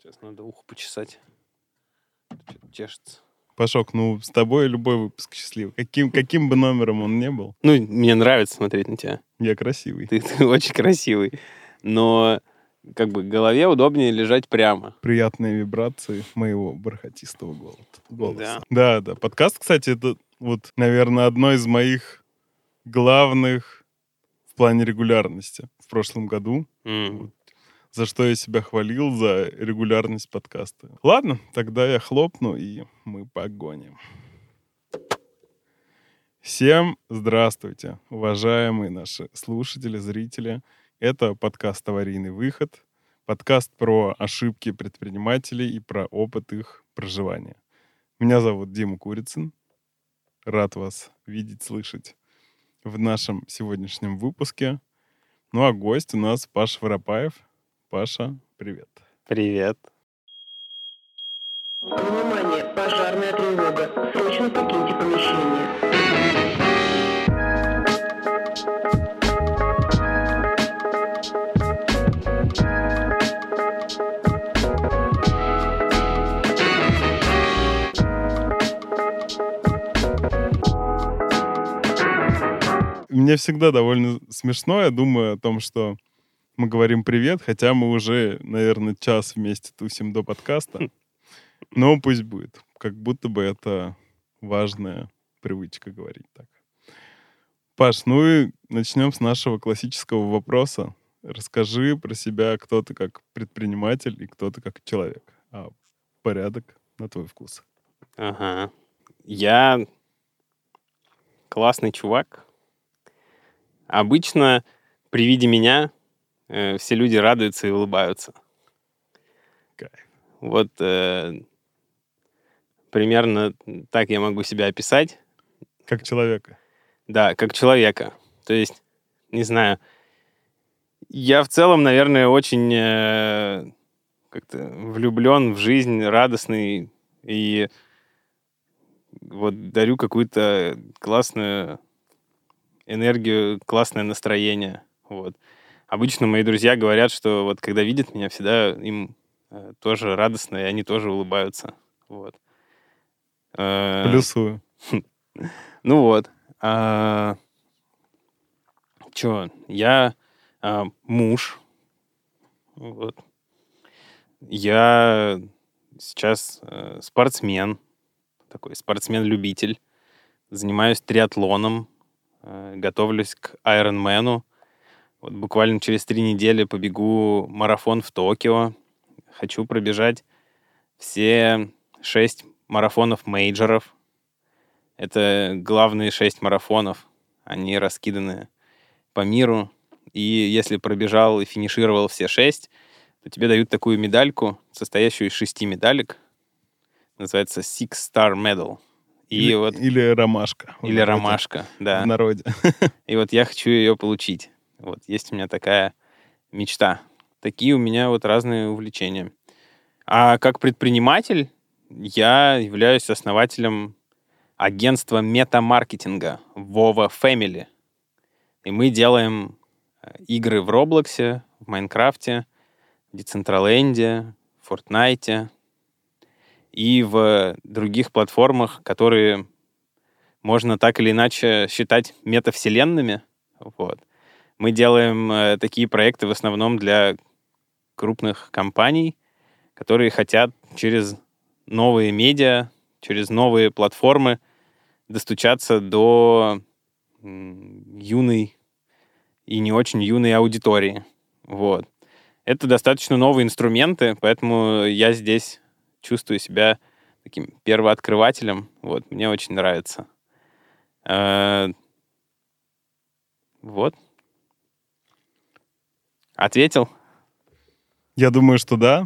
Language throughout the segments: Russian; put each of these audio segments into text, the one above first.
Сейчас надо ухо почесать. Что-то чешется. Пашок, с тобой любой выпуск счастливый. Каким бы номером он ни был. Мне нравится смотреть на тебя. Я красивый. Ты очень красивый. Но голове удобнее лежать прямо. Приятные вибрации моего бархатистого голоса. Да. Да. Подкаст, кстати, это наверное, одно из моих главных в плане регулярности в прошлом году. За что я себя хвалил, за регулярность подкаста. Ладно, тогда я хлопну, и мы погоним. Всем здравствуйте, уважаемые наши слушатели, зрители. Это подкаст «Аварийный выход». Подкаст про ошибки предпринимателей и про опыт их проживания. Меня зовут Дима Курицын. Рад вас видеть, слышать в нашем сегодняшнем выпуске. А гость у нас Паша Воропаев. Паша, привет. Привет. Внимание, пожарная тревога. Срочно покиньте помещение. Мне всегда довольно смешно, я думаю о том, что мы говорим «привет», хотя мы уже, наверное, час вместе тусим до подкаста. Но пусть будет. Как будто бы это важная привычка говорить так. Паш, и начнем с нашего классического вопроса. Расскажи про себя, кто ты как предприниматель и кто ты как человек. Порядок на твой вкус. Ага. Я классный чувак. Обычно при виде меня все люди радуются и улыбаются. Кайф. Примерно так я могу себя описать. Как человека. Да, как человека. То есть, не знаю, я в целом, наверное, очень как-то влюблен в жизнь, радостный и дарю какую-то классную энергию, классное настроение. Обычно мои друзья говорят, что когда видят меня, всегда им тоже радостно, и они тоже улыбаются. Плюсую. Я муж. Я сейчас спортсмен. Такой спортсмен-любитель. Занимаюсь триатлоном. Готовлюсь к Айронмену. Буквально через 3 недели побегу марафон в Токио. Хочу пробежать все 6 марафонов-мейджоров. Это главные 6 марафонов. Они раскиданы по миру. И если пробежал и финишировал все 6, то тебе дают такую медальку, состоящую из 6 медалек. Называется Six Star Medal. Или ромашка. Или ромашка, да. В народе. И я хочу ее получить. Есть у меня такая мечта. Такие у меня разные увлечения. А как предприниматель я являюсь основателем агентства мета-маркетинга Vova Family. И мы делаем игры в Роблоксе, в Майнкрафте, в Децентраленде, в Фортнайте и в других платформах, которые можно так или иначе считать метавселенными. Мы делаем такие проекты в основном для крупных компаний, которые хотят через новые медиа, через новые платформы достучаться до юной и не очень юной аудитории. Это достаточно новые инструменты, поэтому я здесь чувствую себя таким первооткрывателем. Мне очень нравится. Ответил? Я думаю, что да.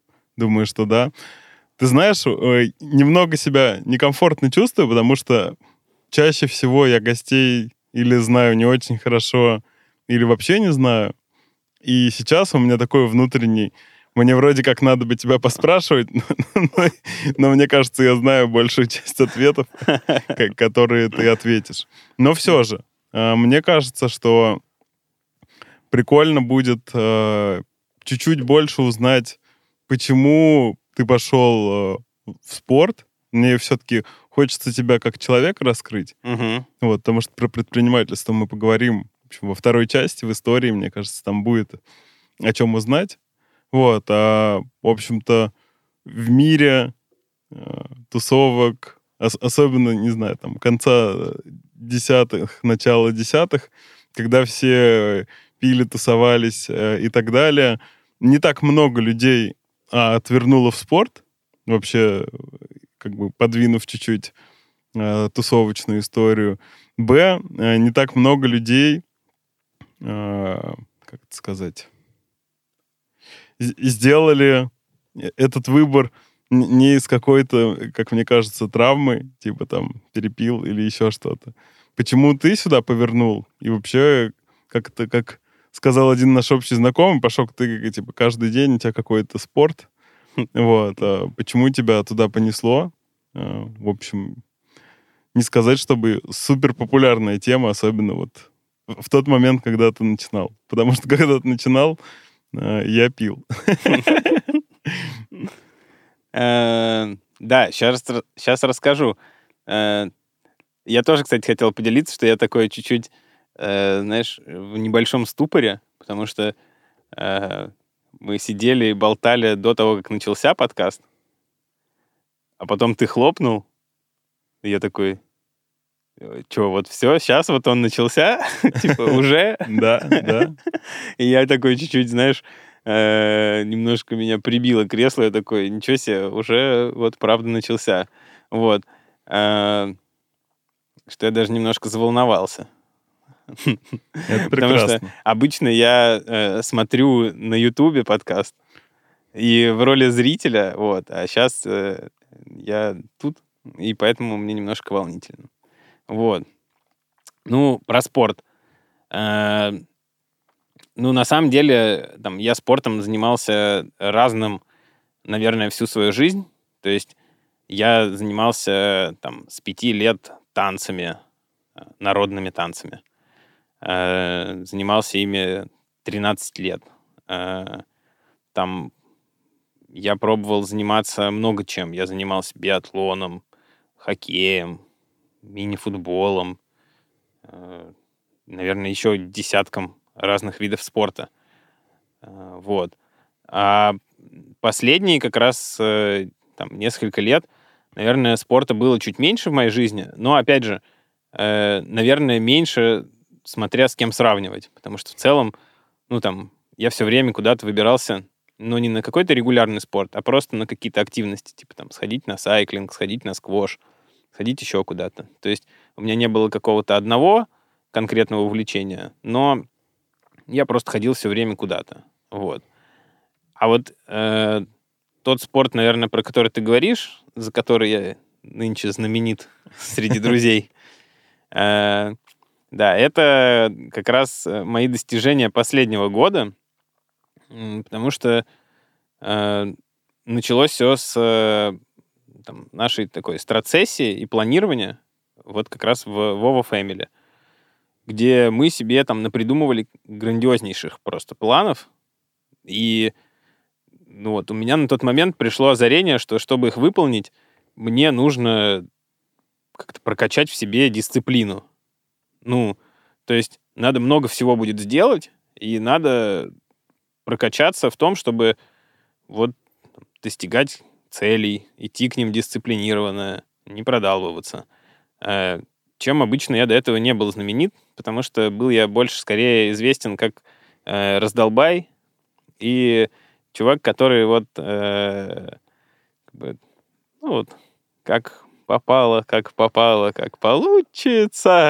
Ты знаешь, немного себя некомфортно чувствую, потому что чаще всего я гостей или знаю не очень хорошо, или вообще не знаю. И сейчас у меня такой внутренний... Мне вроде как надо бы тебя поспрашивать, но мне кажется, я знаю большую часть ответов, которые ты ответишь. Но все же, мне кажется, что прикольно будет чуть-чуть больше узнать почему ты пошел в спорт. Мне все-таки хочется тебя как человека раскрыть. Вот, потому что про предпринимательство мы поговорим в общем, во второй части, в истории, мне кажется, там будет о чем узнать. Вот, в общем-то, в мире тусовок, особенно, не знаю, там, конца десятых, начала десятых, когда все пили, тусовались и так далее, не так много людей отвернуло в спорт, вообще, как бы подвинув чуть-чуть тусовочную историю. Не так много людей, как это сказать, сделали этот выбор не из какой-то, как мне кажется, травмы, типа там перепил или еще что-то. Почему ты сюда повернул? И вообще, как сказал один наш общий знакомый, Пашок, ты типа каждый день у тебя какой-то спорт. Вот. Почему тебя туда понесло? В общем, не сказать, чтобы супер популярная тема, особенно вот в тот момент, когда ты начинал. Потому что когда ты начинал, я пил. Да, сейчас расскажу. Я тоже, кстати, хотел поделиться, что я такой чуть-чуть, знаешь, в небольшом ступоре, потому что мы сидели и болтали до того, как начался подкаст, а потом ты хлопнул, и я такой, что, вот все, сейчас вот он начался? Типа, уже? Да. И я такой чуть-чуть, знаешь, немножко меня прибило кресло, я такой, ничего себе, уже вот правда начался. Вот. Что я даже немножко заволновался. Это прекрасно. Потому что обычно я смотрю на Ютубе подкаст и в роли зрителя, вот, а сейчас я тут, и поэтому мне немножко волнительно. Вот. Ну, про спорт. Ну, на самом деле, там, я спортом занимался разным, наверное, всю свою жизнь. То есть я занимался там с 5 лет танцами, народными танцами. Занимался ими 13 лет. Там я пробовал заниматься много чем. Я занимался биатлоном, хоккеем, мини-футболом, наверное, еще десятком разных видов спорта. Вот. А последние как раз там, несколько лет, наверное, спорта было чуть меньше в моей жизни, но, опять же, наверное, меньше, смотря с кем сравнивать, потому что в целом, ну, там, я все время куда-то выбирался, но не на какой-то регулярный спорт, а просто на какие-то активности, типа там сходить на сайклинг, сходить на сквош, сходить еще куда-то. То есть у меня не было какого-то одного конкретного увлечения, но я просто ходил все время куда-то. Вот. А вот тот спорт, наверное, про который ты говоришь, за который я нынче знаменит среди друзей, да, это как раз мои достижения последнего года, потому что началось все с там, нашей такой страцессии и планирования вот как раз в Vova Family, где мы себе там напридумывали грандиознейших просто планов. И ну вот у меня на тот момент пришло озарение, что чтобы их выполнить, мне нужно как-то прокачать в себе дисциплину. Ну, то есть надо много всего будет сделать, и надо прокачаться в том, чтобы вот достигать целей, идти к ним дисциплинированно, не продалбываться. Чем обычно я до этого не был знаменит, потому что был я больше скорее известен как раздолбай и чувак, который вот, ну вот, как попало, как получится.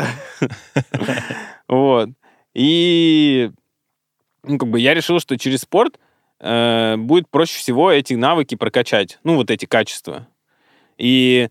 Вот. И ну, как бы я решил, что через спорт будет проще всего эти навыки прокачать, ну, вот эти качества. И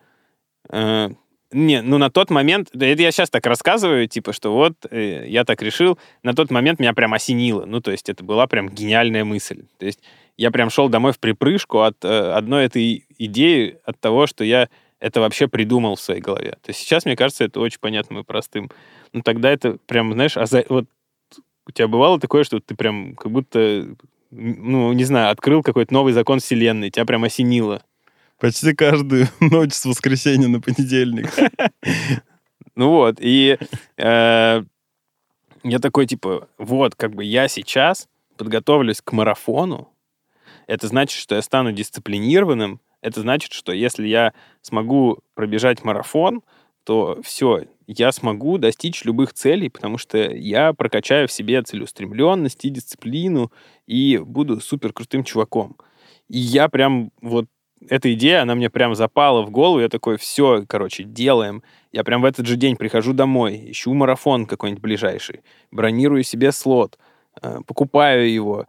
на тот момент, это я сейчас так рассказываю, типа, что вот я так решил, на тот момент меня прям осенило. Ну, то есть это была прям гениальная мысль. То есть я прям шел домой в припрыжку от одной этой идеи, от того, что я это вообще придумал в своей голове. То есть сейчас, мне кажется, это очень понятным и простым. Но тогда это прям, знаешь, вот у тебя бывало такое, что ты прям как будто ну, не знаю, открыл какой-то новый закон вселенной, тебя прям осенило. Почти каждую ночь с воскресенья на понедельник. Ну вот, и я такой, типа, вот, как бы я сейчас подготовлюсь к марафону, это значит, что я стану дисциплинированным, это значит, что если я смогу пробежать марафон, то все, я смогу достичь любых целей, потому что я прокачаю в себе целеустремленность и дисциплину, и буду супер крутым чуваком. И я прям вот эта идея, она мне прям запала в голову, я такой, все, короче, делаем. Я прям в этот же день прихожу домой, ищу марафон какой-нибудь ближайший, бронирую себе слот, покупаю его,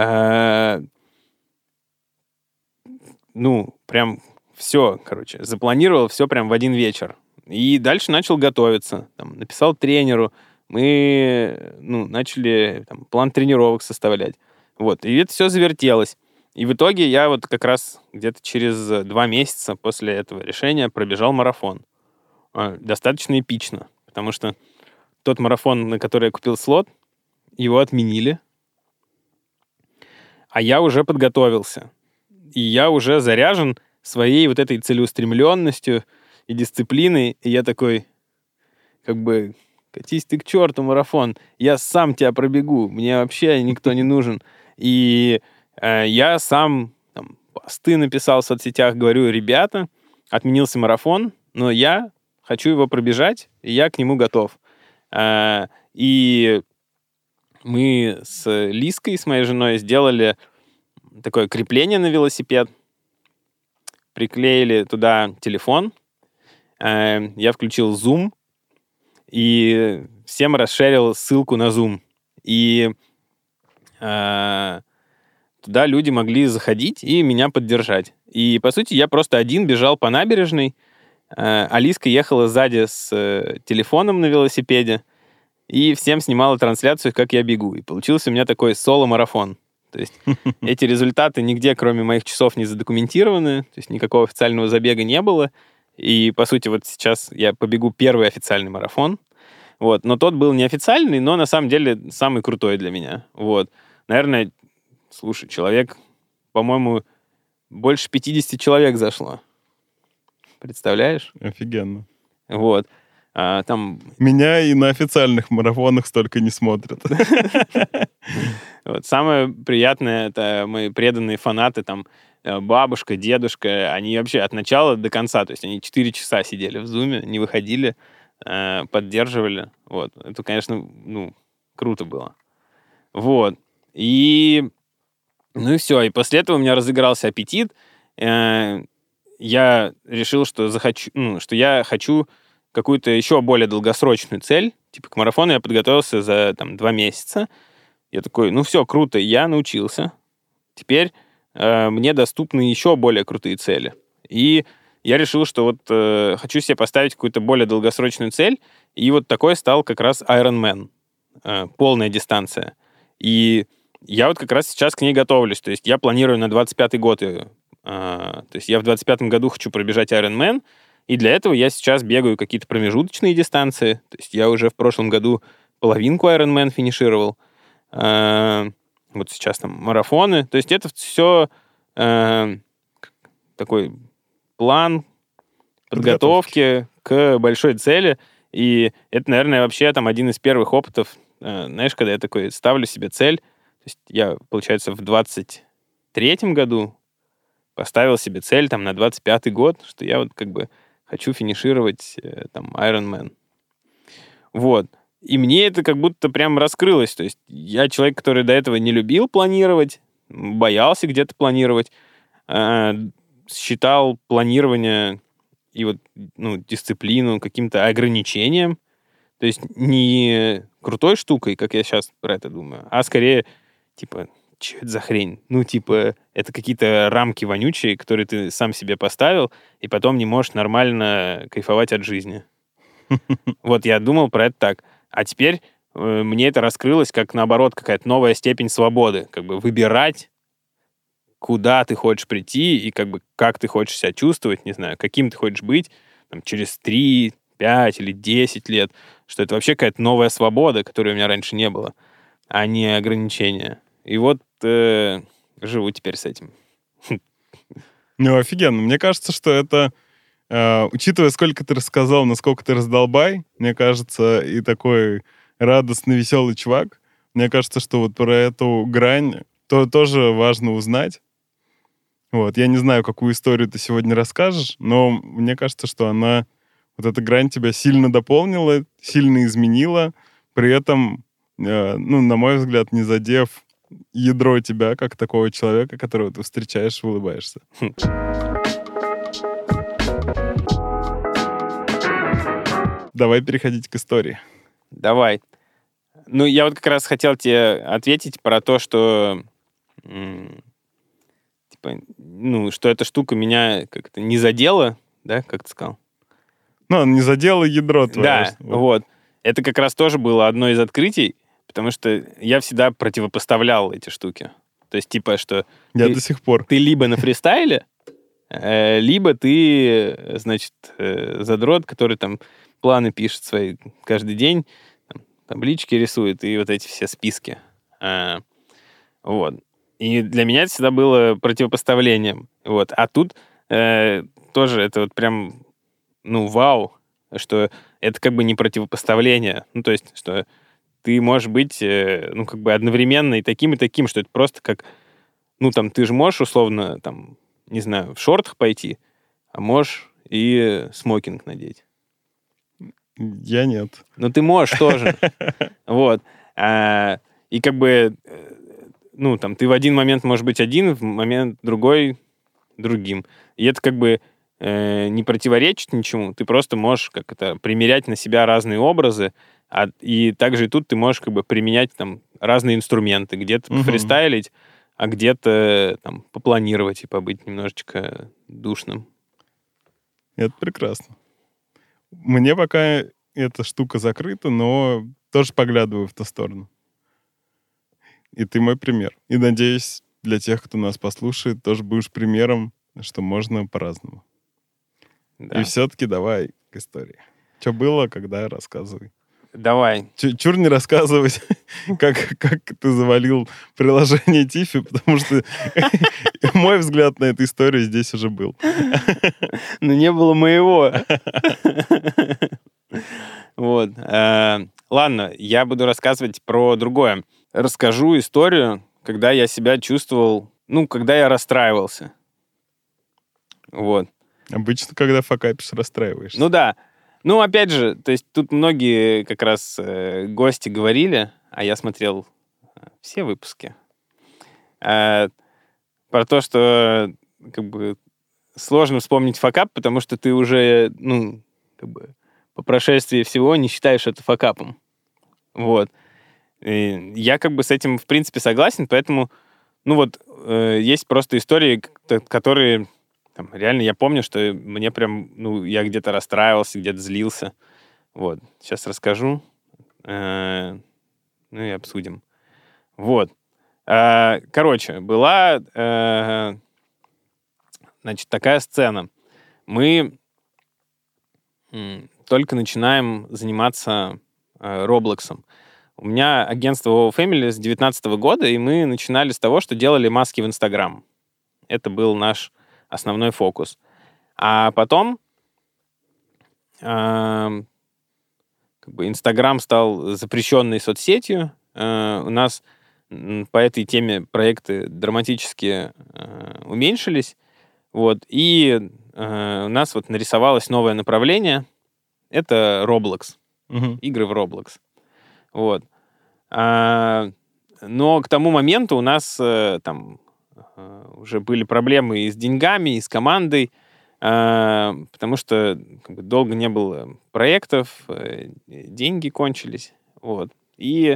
ну, прям все, короче, запланировал все прям в один вечер. И дальше начал готовиться. Там, написал тренеру, мы начали там, план тренировок составлять. Вот, и это все завертелось. И в итоге я вот как раз где-то через 2 месяца после этого решения пробежал марафон. Достаточно эпично, потому что тот марафон, на который я купил слот, его отменили, а я уже подготовился. И я уже заряжен своей вот этой целеустремленностью и дисциплиной. И я такой, как бы, катись ты к черту, марафон. Я сам тебя пробегу. Мне вообще никто не нужен. И я сам там, посты написал в соцсетях, говорю, ребята, отменился марафон, но я хочу его пробежать, и я к нему готов. И мы с Лиской, с моей женой, сделали такое крепление на велосипед, приклеили туда телефон, я включил Zoom и всем расширил ссылку на Zoom. И туда люди могли заходить и меня поддержать. И, по сути, я просто один бежал по набережной, Алиска ехала сзади с телефоном на велосипеде и всем снимала трансляцию, как я бегу. И получился у меня такой соло-марафон. То есть эти результаты нигде, кроме моих часов, не задокументированы, то есть никакого официального забега не было. И, по сути, вот сейчас я побегу первый официальный марафон. Вот. Но тот был неофициальный, но на самом деле самый крутой для меня. Вот. Наверное, слушай, человек, по-моему, больше 50 человек зашло. Представляешь? Офигенно. Вот. Там... Меня и на официальных марафонах столько не смотрят. Вот. Самое приятное — это мои преданные фанаты, там, бабушка, дедушка, они вообще от начала до конца, то есть они 4 часа сидели в зуме, не выходили, поддерживали. Вот. Это, конечно, круто было. Вот. И... Ну и все. И после этого у меня разыгрался аппетит. Я решил, что что я хочу какую-то еще более долгосрочную цель. Типа к марафону я подготовился за 2 месяца. Я такой, все, круто, я научился. Теперь мне доступны еще более крутые цели. И я решил, что вот хочу себе поставить какую-то более долгосрочную цель. И вот такой стал как раз Ironman. Полная дистанция. И я вот как раз сейчас к ней готовлюсь. То есть я планирую на 25-й год. То есть я в 25-м году хочу пробежать Ironman. И для этого я сейчас бегаю какие-то промежуточные дистанции. То есть я уже в прошлом году половинку Ironman финишировал. Вот сейчас там марафоны. То есть это все такой план подготовки к большой цели. И это, наверное, вообще там один из первых опытов. Знаешь, когда я такой ставлю себе цель. То есть я, получается, в 23-м году поставил себе цель там на 25-й год, что я вот как бы хочу финишировать там Ironman. Вот. И мне это как будто прям раскрылось. То есть я человек, который до этого не любил планировать, боялся где-то планировать, считал планирование и вот дисциплину каким-то ограничением. То есть не крутой штукой, как я сейчас про это думаю, а скорее, типа, что это за хрень? Это какие-то рамки вонючие, которые ты сам себе поставил, и потом не можешь нормально кайфовать от жизни. Вот я думал про это так. А теперь мне это раскрылось как, наоборот, какая-то новая степень свободы. Как бы выбирать, куда ты хочешь прийти и как бы как ты хочешь себя чувствовать, не знаю, каким ты хочешь быть там, через 3, 5 или 10 лет. Что это вообще какая-то новая свобода, которой у меня раньше не было, а не ограничения. И вот живу теперь с этим. Ну, офигенно. Мне кажется, что это, учитывая, сколько ты рассказал, насколько ты раздолбай, мне кажется, и такой радостный, веселый чувак, мне кажется, что вот про эту грань тоже важно узнать. Вот. Я не знаю, какую историю ты сегодня расскажешь, но мне кажется, что она, вот эта грань тебя сильно дополнила, сильно изменила, при этом, ну, на мой взгляд, не задев ядро тебя, как такого человека, которого ты встречаешь и улыбаешься. Давай переходить к истории. Давай. Ну, я вот как раз хотел тебе ответить про то, что типа, ну, что эта штука меня как-то не задела, да, как ты сказал? Ну, не задела ядро твое. Да, вот. Это как раз тоже было одно из открытий, потому что я всегда противопоставлял эти штуки. То есть, типа, что... Я до сих пор. Ты либо на фристайле, либо ты, значит, задрот, который там планы пишет свои каждый день, там, таблички рисует и вот эти все списки. Вот. И для меня это всегда было противопоставлением. Вот. А тут тоже это вот прям, ну, вау, что это как бы не противопоставление. Ну, то есть, что ты можешь быть, ну, как бы одновременно и таким, что это просто как, ну, там, ты же можешь условно, там, не знаю, в шортах пойти, а можешь и смокинг надеть. Я нет. Ну, ты можешь тоже. Вот. И как бы, ну, там, ты в один момент можешь быть один, в момент другой другим. И это как бы не противоречит ничему. Ты просто можешь как это примерять на себя разные образы, и также и тут ты можешь как бы применять там разные инструменты. Где-то пофристайлить, а где-то там попланировать и побыть немножечко душным. Это прекрасно. Мне пока эта штука закрыта, но тоже поглядываю в ту сторону. И ты мой пример. И надеюсь, для тех, кто нас послушает, тоже будешь примером, что можно по-разному. Да. И все-таки давай к истории. Что было, когда рассказывай. Давай. Чур не рассказывать, как ты завалил приложение Тифи, потому что мой взгляд на эту историю здесь уже был. Ну, не было моего. Вот. Ладно, я буду рассказывать про другое. Расскажу историю, когда я себя чувствовал, ну, когда я расстраивался. Вот. Обычно, когда факапишь, расстраиваешься. Ну да. Ну, опять же, то есть тут многие как раз гости говорили, а я смотрел все выпуски, про то, что как бы сложно вспомнить факап, потому что ты уже, ну, как бы по прошествии всего не считаешь это факапом. Вот. И я как бы с этим, в принципе, согласен, поэтому, ну вот, есть просто истории, которые... Там, реально, я помню, что мне прям, ну, я где-то расстраивался, где-то злился. Вот. Сейчас расскажу. Ну и обсудим. Вот. Короче, была, значит, такая сцена. Мы только начинаем заниматься Роблоксом. У меня агентство WoW Family с 2019 года, и мы начинали с того, что делали маски в Инстаграм. Это был наш основной фокус. А потом как бы Инстаграм стал запрещенной соцсетью. У нас по этой теме проекты драматически уменьшились. Вот. И у нас вот нарисовалось новое направление. Это Roblox. Игры в Roblox. Вот. Но к тому моменту у нас там уже были проблемы и с деньгами, и с командой, потому что как бы долго не было проектов, деньги кончились. Вот. И,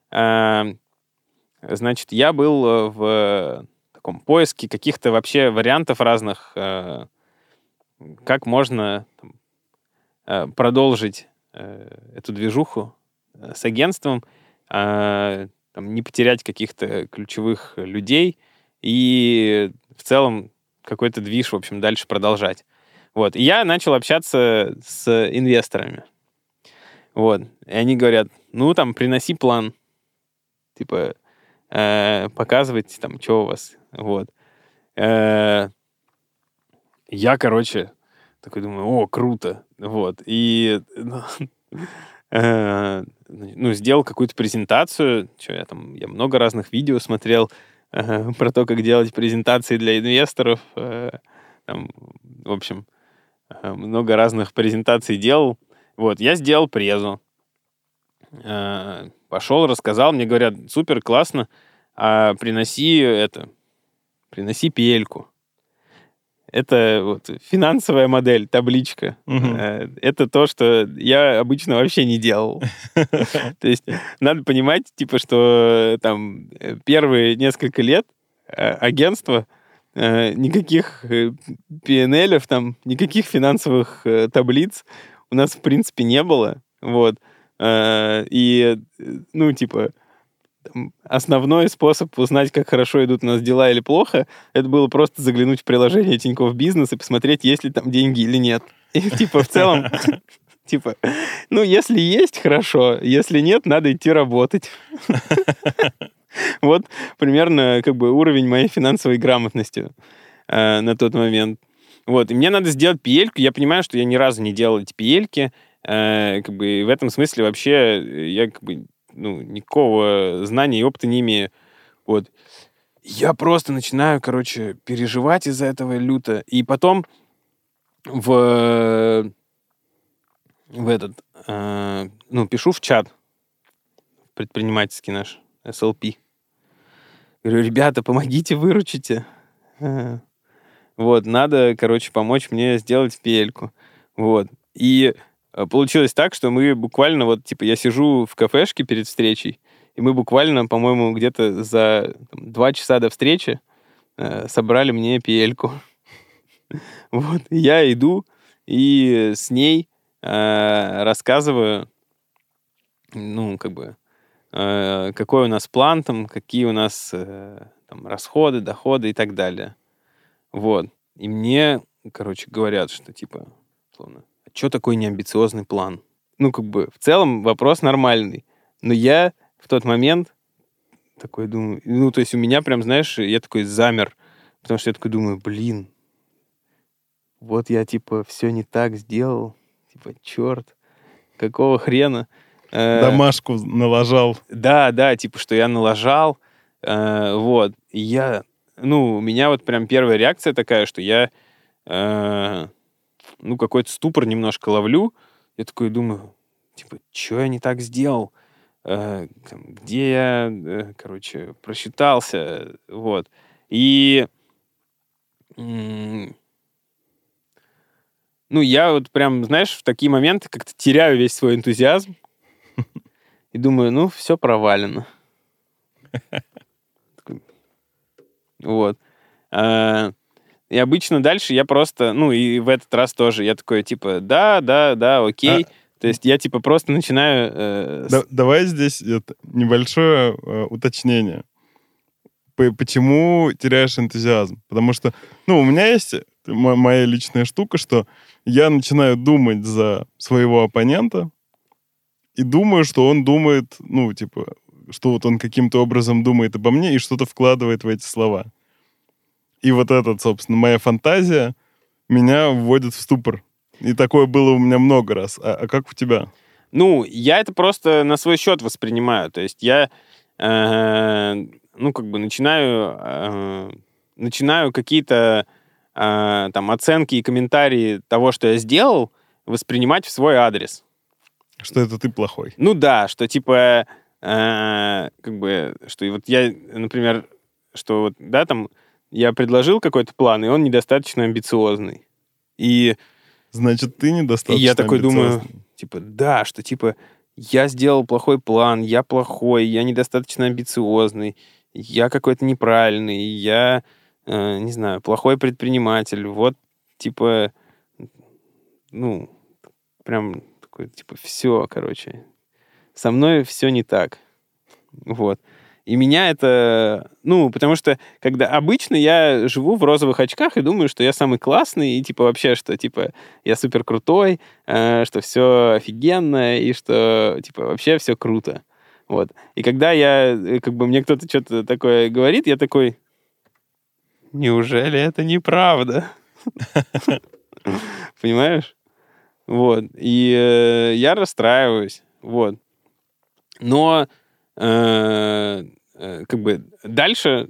значит, я был в таком поиске каких-то вообще вариантов разных, как можно там, продолжить эту движуху с агентством, там, не потерять каких-то ключевых людей и в целом какой-то движ, в общем, дальше продолжать. Вот. И я начал общаться с инвесторами. Вот. И они говорят, ну, там, приноси план. Типа, показывать, там, что у вас. Вот. Я, короче, такой думаю, круто. Вот. И сделал какую-то презентацию. Я много разных видео смотрел про то, как делать презентации для инвесторов. В общем, много разных презентаций делал. Вот, я сделал презу. Пошел, рассказал. Мне говорят, супер, классно. Приноси пельку. Это вот финансовая модель, табличка. Это то, что я обычно вообще не делал. То есть надо понимать, типа, что там первые несколько лет агентство никаких P&L-ов, там, никаких финансовых таблиц у нас, в принципе, не было. Вот. И, основной способ узнать, как хорошо идут у нас дела или плохо, это было просто заглянуть в приложение Тинькофф Бизнес и посмотреть, есть ли там деньги или нет. И, в целом, если есть, хорошо, если нет, надо идти работать. Вот примерно уровень моей финансовой грамотности на тот момент. Вот, и мне надо сделать PL-ку. Я понимаю, что я ни разу не делал эти PL-ки. В этом смысле вообще я никакого знания и опыта не имею. Вот. Я просто начинаю, переживать из-за этого люто. И потом пишу в чат предпринимательский наш, SLP. Говорю, ребята, помогите, выручите. Вот, надо, помочь мне сделать PL-ку. Вот. И получилось так, что мы буквально, я сижу в кафешке перед встречей, и мы буквально, по-моему, где-то за 2 часа до встречи собрали мне PL-ку. Вот. И я иду и с ней рассказываю, какой у нас план, какие у нас расходы, доходы и так далее. Вот. И мне, говорят, что, словно, а что такой неамбициозный план? В целом вопрос нормальный. Но я в тот момент такой думаю, то есть у меня прям, знаешь, я такой замер, потому что я такой думаю, вот я, все не так сделал, черт, какого хрена? Домашку налажал. Да, что я налажал, вот, и я, у меня вот прям первая реакция такая, что я, какой-то ступор немножко ловлю, я такой думаю, что я не так сделал? Где я, просчитался, вот. И, я вот прям, знаешь, в такие моменты как-то теряю весь свой энтузиазм и думаю, все провалено. Вот. И обычно дальше я просто, и в этот раз тоже, я такой, да, окей. То есть я, просто начинаю... Давай здесь небольшое уточнение. Почему теряешь энтузиазм? Потому что, у меня есть моя личная штука, что я начинаю думать за своего оппонента и думаю, что он думает, что вот он каким-то образом думает обо мне и что-то вкладывает в эти слова. И вот этот, собственно, моя фантазия меня вводит в ступор. И такое было у меня много раз. А как у тебя? Я это просто на свой счет воспринимаю. То есть я, начинаю какие-то оценки и комментарии того, что я сделал, воспринимать в свой адрес. Что это ты плохой. Да, что что вот я, например, что вот, да, я предложил какой-то план, и он недостаточно амбициозный. И значит, ты недостаточно амбициозный. И я такой думаю, да, что я сделал плохой план, я плохой, я недостаточно амбициозный, я какой-то неправильный, я, не знаю, плохой предприниматель. Вот, прям такой, все, со мной все не так. Вот. И меня это... потому что когда обычно я живу в розовых очках и думаю, что я самый классный, и вообще, что я супер крутой, что все офигенно, и что вообще все круто. Вот. И когда как бы мне кто-то что-то такое говорит, я такой, неужели это неправда? Понимаешь? Вот. И я расстраиваюсь. Вот. Но как бы дальше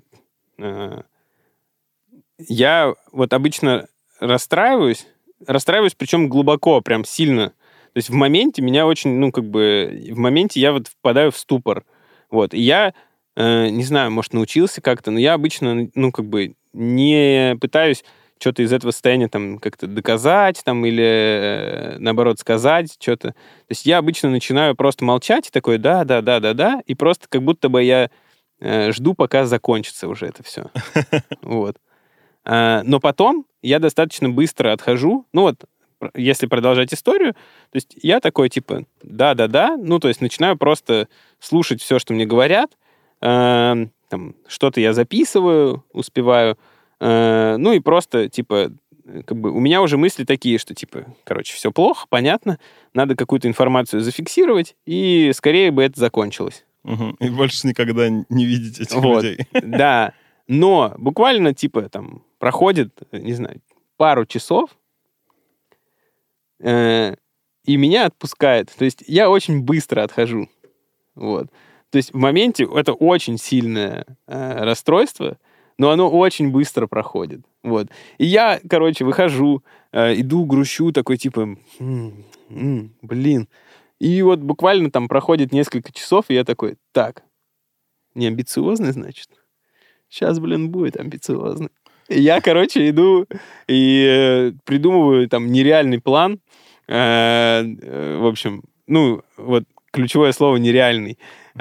я вот обычно расстраиваюсь, причем глубоко, прям сильно. То есть в моменте меня очень, в моменте я вот впадаю в ступор. Вот. И я, не знаю, может, научился как-то, но я обычно, не пытаюсь что-то из этого состояния там как-то доказать там или, наоборот, сказать что-то. То есть я обычно начинаю просто молчать и такой да, и просто как будто бы я жду, пока закончится уже это все. Вот. Но потом я достаточно быстро отхожу. Ну вот, если продолжать историю, то есть я такой, типа, да, то есть начинаю просто слушать все, что мне говорят, там, что-то я записываю, успеваю, и просто, типа, как бы у меня уже мысли такие, что, типа, короче, все плохо, понятно, надо какую-то информацию зафиксировать, и скорее бы это закончилось. И больше никогда не видеть этих людей. Да, но буквально, типа, там, проходит, не знаю, пару часов, и меня отпускает. То есть я очень быстро отхожу. Вот. То есть в моменте это очень сильное расстройство, но оно очень быстро проходит. Вот. И я, короче, выхожу, иду, грущу, такой, типа, блин. И вот буквально там проходит несколько часов, и я такой, так, не амбициозный, значит? Сейчас, будет амбициозный. И я, короче, иду и придумываю там нереальный план. В общем, вот ключевое слово «нереальный».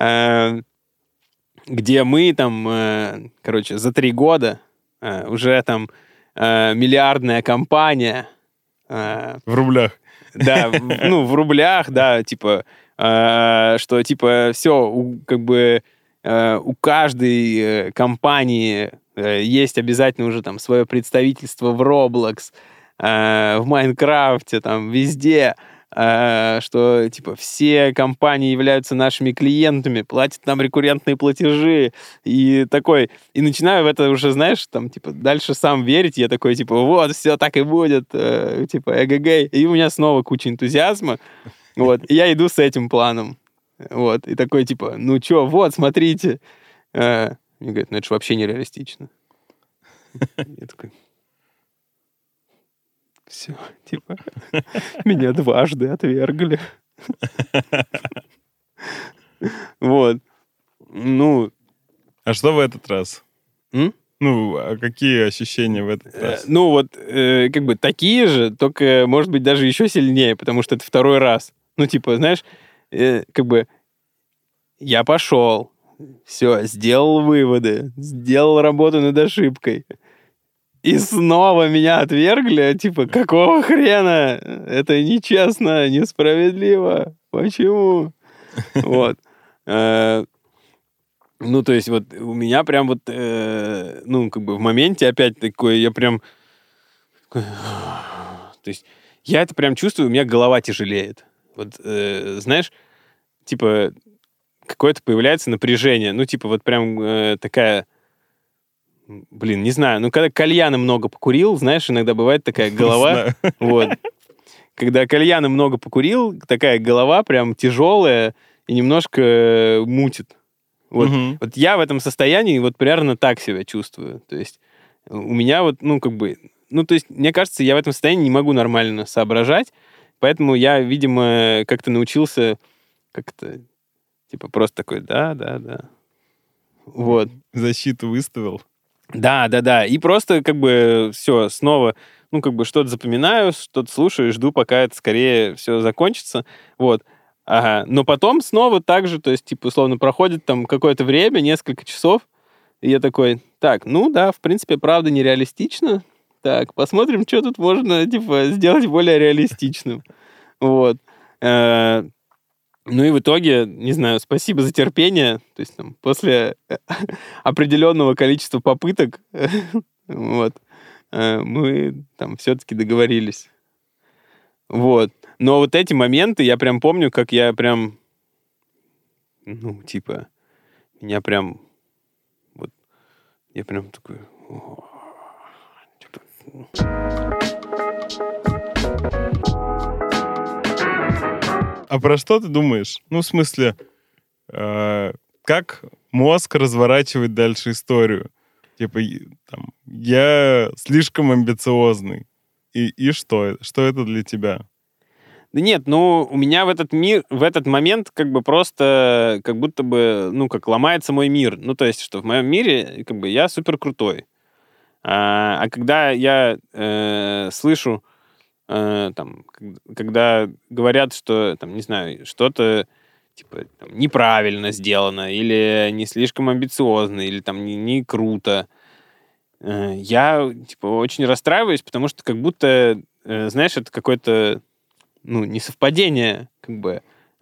Где мы там, короче, за 3 года уже там миллиардная компания. В рублях. Да, в рублях, да, типа, что, типа, все, как бы у каждой компании есть обязательно уже там свое представительство в Roblox, в Майнкрафте, там, везде, что, типа, все компании являются нашими клиентами, платят нам рекуррентные платежи, и такой, и начинаю в это уже, знаешь, там, типа, дальше сам верить, я такой, типа, вот, все так и будет, типа, эгэгэй, и у меня снова куча энтузиазма, вот, и я иду с этим планом, вот, и такой, типа, ну чё, вот, смотрите, мне говорят, ну это же вообще нереалистично. Я такой, все, типа, меня дважды отвергли. Вот. А что в этот раз? А какие ощущения в этот раз? Как бы такие же, только, может быть, даже еще сильнее, потому что это второй раз. Типа, знаешь, как бы я пошел, все, сделал выводы, сделал работу над ошибкой. И снова меня отвергли, типа, какого хрена? Это нечестно, несправедливо. Почему? Вот. То есть вот у меня прям вот, как бы в моменте опять такой, я прям... То есть я это прям чувствую, у меня голова тяжелеет. Вот, знаешь, типа, какое-то появляется напряжение. Типа, вот прям такая... Блин, не знаю. Когда кальяна много покурил, знаешь, иногда бывает такая голова. Вот. Когда кальяна много покурил, такая голова прям тяжелая и немножко мутит. Вот. Вот я в этом состоянии вот примерно так себя чувствую. То есть у меня вот, то есть мне кажется, я в этом состоянии не могу нормально соображать, поэтому я, видимо, как-то научился как-то, типа, просто такой, да. Вот. Защиту выставил. Да. И просто как бы все, снова, что-то запоминаю, что-то слушаю и жду, пока это скорее все закончится. Вот. Ага. Но потом снова так же, то есть, типа, условно, проходит там какое-то время, несколько часов, и я такой, так, в принципе, правда нереалистично. Так, посмотрим, что тут можно, типа, сделать более реалистичным. Вот. И в итоге, не знаю, спасибо за терпение. То есть там после определенного количества попыток вот, мы там все-таки договорились. Вот. Но вот эти моменты я прям помню, как я прям ну, типа, меня прям, вот, я прям такой... А про что ты думаешь? Ну, в смысле, как мозг разворачивает дальше историю? Типа, там, я слишком амбициозный. И что? Что это для тебя? Да нет, ну, у меня в этот момент как бы просто, как будто бы, ну, как ломается мой мир. Ну, то есть, что в моем мире, как бы, я супер крутой. А когда я слышу, там, когда говорят, что, там, не знаю, что-то, типа, там, неправильно сделано, или не слишком амбициозно, или, там, не круто, я, типа, очень расстраиваюсь, потому что как будто, знаешь, это какое-то, ну, несовпадение, как бы,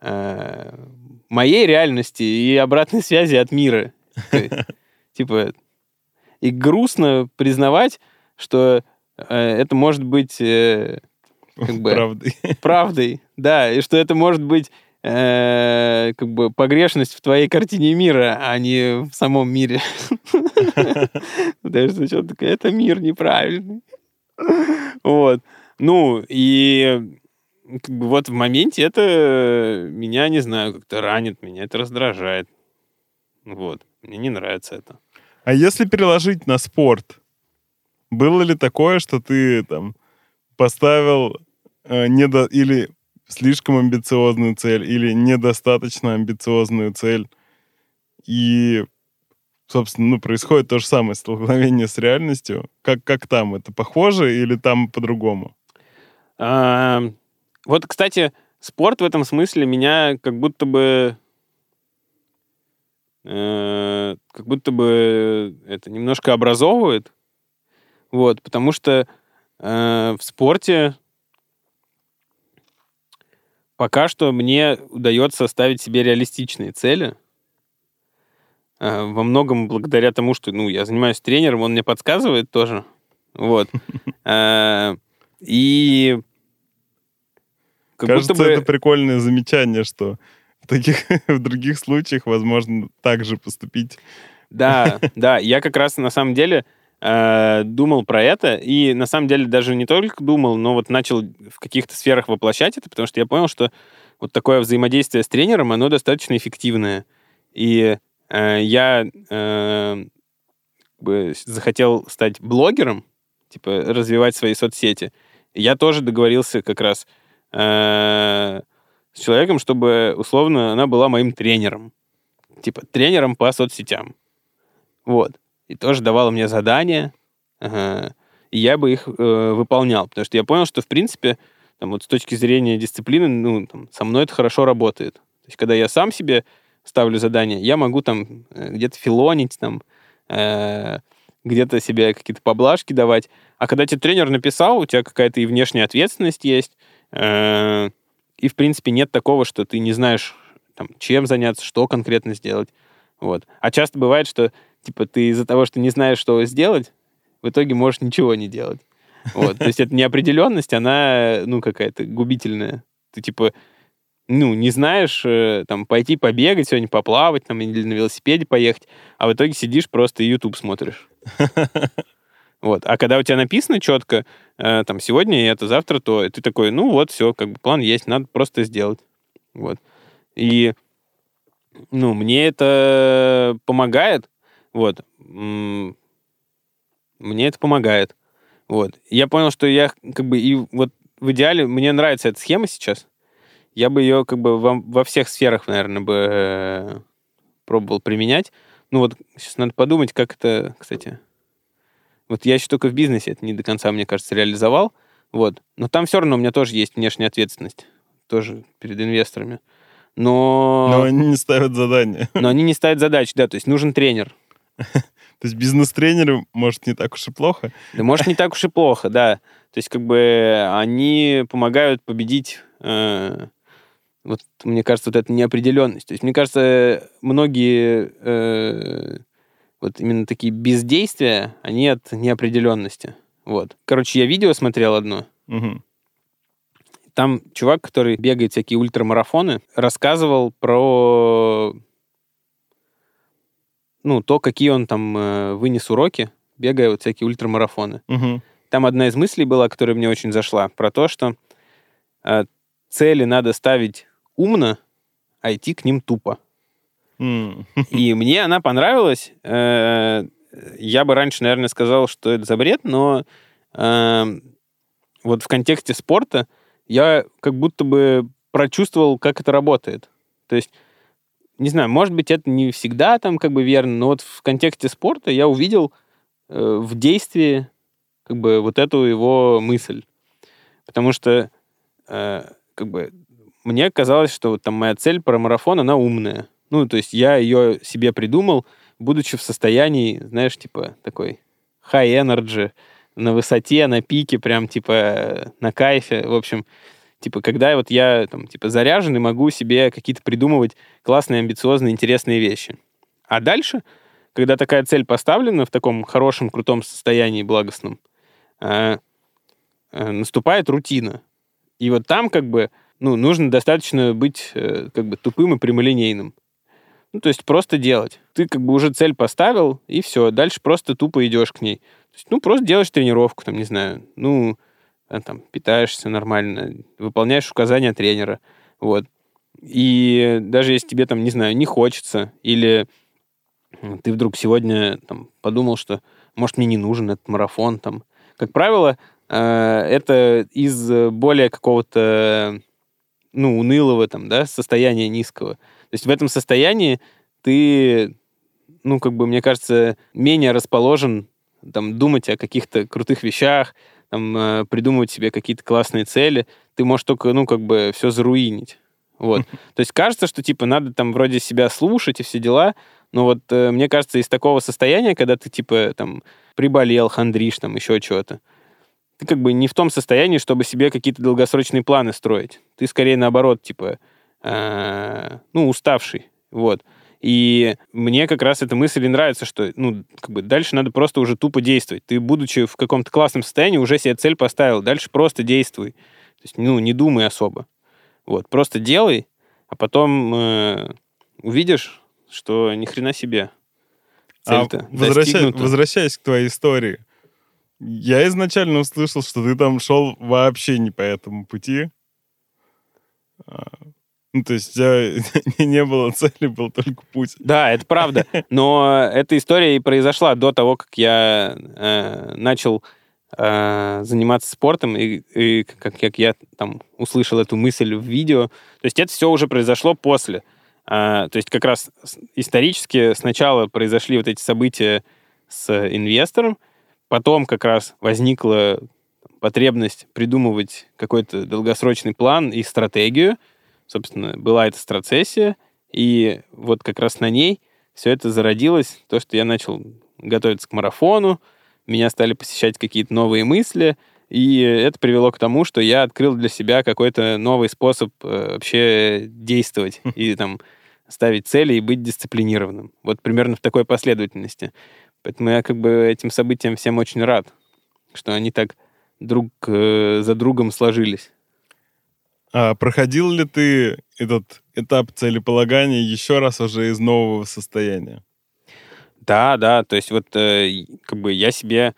моей реальности и обратной связи от мира. То есть, типа, и грустно признавать, что это может быть как бы Правдой. правдой, да, и что это может быть как бы погрешность в твоей картине мира, а не в самом мире. Потому что что-то такое, это мир неправильный. Вот. Ну, и как бы вот в моменте это меня, не знаю, как-то ранит, меня это раздражает. Вот. Мне не нравится это. А если переложить на спорт, было ли такое, что ты там поставил или слишком амбициозную цель, или недостаточно амбициозную цель, и, собственно, ну, происходит то же самое столкновение с реальностью? Как там? Это похоже или там по-другому? Вот, кстати, спорт в этом смысле меня как будто бы это немножко образовывает. Вот, потому что в спорте пока что мне удается ставить себе реалистичные цели. Во многом благодаря тому, что, ну, я занимаюсь тренером, он мне подсказывает тоже. Вот. И как Кажется, будто бы... это прикольное замечание, что в других случаях возможно так же поступить. Да, да, я как раз на самом деле думал про это, и на самом деле даже не только думал, но вот начал в каких-то сферах воплощать это, потому что я понял, что вот такое взаимодействие с тренером, оно достаточно эффективное. И я захотел стать блогером, типа развивать свои соцсети. И я тоже договорился как раз с человеком, чтобы, условно, она была моим тренером. Типа тренером по соцсетям. Вот. И тоже давала мне задания, и я бы их выполнял. Потому что я понял, что, в принципе, там, вот с точки зрения дисциплины, ну, там, со мной это хорошо работает. То есть, когда я сам себе ставлю задания, я могу там где-то филонить, там, где-то себе какие-то поблажки давать. А когда тебе тренер написал, у тебя какая-то и внешняя ответственность есть, и, в принципе, нет такого, что ты не знаешь, там, чем заняться, что конкретно сделать. Вот. А часто бывает, что типа ты из-за того, что не знаешь, что сделать, в итоге можешь ничего не делать. Вот. То есть эта неопределенность, она, ну, какая-то губительная. Ты, типа, ну, не знаешь, там, пойти побегать сегодня, поплавать, там, или на велосипеде поехать, а в итоге сидишь просто и YouTube смотришь. Вот. А когда у тебя написано четко, там, сегодня это, завтра то, и ты такой, ну, вот, все, как бы план есть, надо просто сделать. Вот. И, ну, мне это помогает. Вот. Мне это помогает. Вот. Я понял, что я как бы и вот в идеале мне нравится эта схема сейчас. Я бы ее как бы во всех сферах, наверное, бы пробовал применять. Ну вот сейчас надо подумать, как это, кстати. Вот я еще только в бизнесе это не до конца, мне кажется, реализовал. Вот. Но там все равно у меня тоже есть внешняя ответственность. Тоже перед инвесторами. Но они не ставят задания. Но они не ставят задач, да. То есть нужен тренер. То есть бизнес-тренеры, может, не так уж и плохо? Да, может, не так уж и плохо, да. То есть, как бы, они помогают победить, вот, мне кажется, вот эта неопределенность. То есть, мне кажется, многие вот именно такие бездействия, они от неопределенности. Вот. Короче, я видео смотрел одно. Угу. Там чувак, который бегает всякие ультрамарафоны, рассказывал про то, какие он там вынес уроки, бегая вот всякие ультрамарафоны. Мгм. Там одна из мыслей была, которая мне очень зашла, про то, что цели надо ставить умно, а идти к ним тупо. М. И мне она понравилась. Я бы раньше, наверное, сказал, что это за бред, но вот в контексте спорта я как будто бы прочувствовал, как это работает. То есть, не знаю, может быть, это не всегда там как бы верно, но вот в контексте спорта я увидел в действии как бы вот эту его мысль. Потому что как бы мне казалось, что вот там моя цель про марафон, она умная. Ну, то есть я ее себе придумал, будучи в состоянии, знаешь, типа такой high energy, на высоте, на пике, прям типа на кайфе. В общем, типа когда вот я там типа заряжен и могу себе какие-то придумывать классные, амбициозные, интересные вещи. А дальше, когда такая цель поставлена в таком хорошем, крутом состоянии, благостном, наступает рутина. И вот там как бы нужно достаточно быть как бы тупым и прямолинейным. Ну, то есть просто делать. Ты как бы уже цель поставил, и все. Дальше просто тупо идешь к ней. То есть, просто делаешь тренировку, там, не знаю, там, питаешься нормально, выполняешь указания тренера, вот. И даже если тебе, там, не знаю, не хочется, или ты вдруг сегодня там подумал, что, может, мне не нужен этот марафон, там. Как правило, это из более какого-то, унылого, там, да, состояния низкого. То есть в этом состоянии ты, как бы, мне кажется, менее расположен там думать о каких-то крутых вещах, там, придумывать себе какие-то классные цели. Ты можешь только, как бы, все заруинить. Вот. То есть кажется, что, типа, надо там вроде себя слушать и все дела, но вот мне кажется, из такого состояния, когда ты, типа, там, приболел, хандришь, там, еще чего-то, ты как бы не в том состоянии, чтобы себе какие-то долгосрочные планы строить. Ты скорее наоборот, типа, уставший. Вот. И мне как раз эта мысль и нравится, что, как бы дальше надо просто уже тупо действовать. Ты, будучи в каком-то классном состоянии, уже себе цель поставил. Дальше просто действуй. То есть, не думай особо. Вот. Просто делай, а потом увидишь, что ни хрена себе. Цель-то достигнута. Возвращаясь к твоей истории, я изначально услышал, что ты там шел вообще не по этому пути. То есть у тебя не было цели, был только путь. Да, это правда. Но эта история и произошла до того, как я начал заниматься спортом, и как я там услышал эту мысль в видео. То есть это все уже произошло после. То есть как раз исторически сначала произошли вот эти события с инвестором, потом как раз возникла потребность придумывать какой-то долгосрочный план и стратегию. Собственно, была эта страцессия, и вот как раз на ней все это зародилось, то, что я начал готовиться к марафону, меня стали посещать какие-то новые мысли, и это привело к тому, что я открыл для себя какой-то новый способ вообще действовать и там ставить цели и быть дисциплинированным. Вот примерно в такой последовательности. Поэтому я как бы этим событиям всем очень рад, что они так друг за другом сложились. А проходил ли ты этот этап целеполагания еще раз уже из нового состояния? Да, то есть вот как бы я себе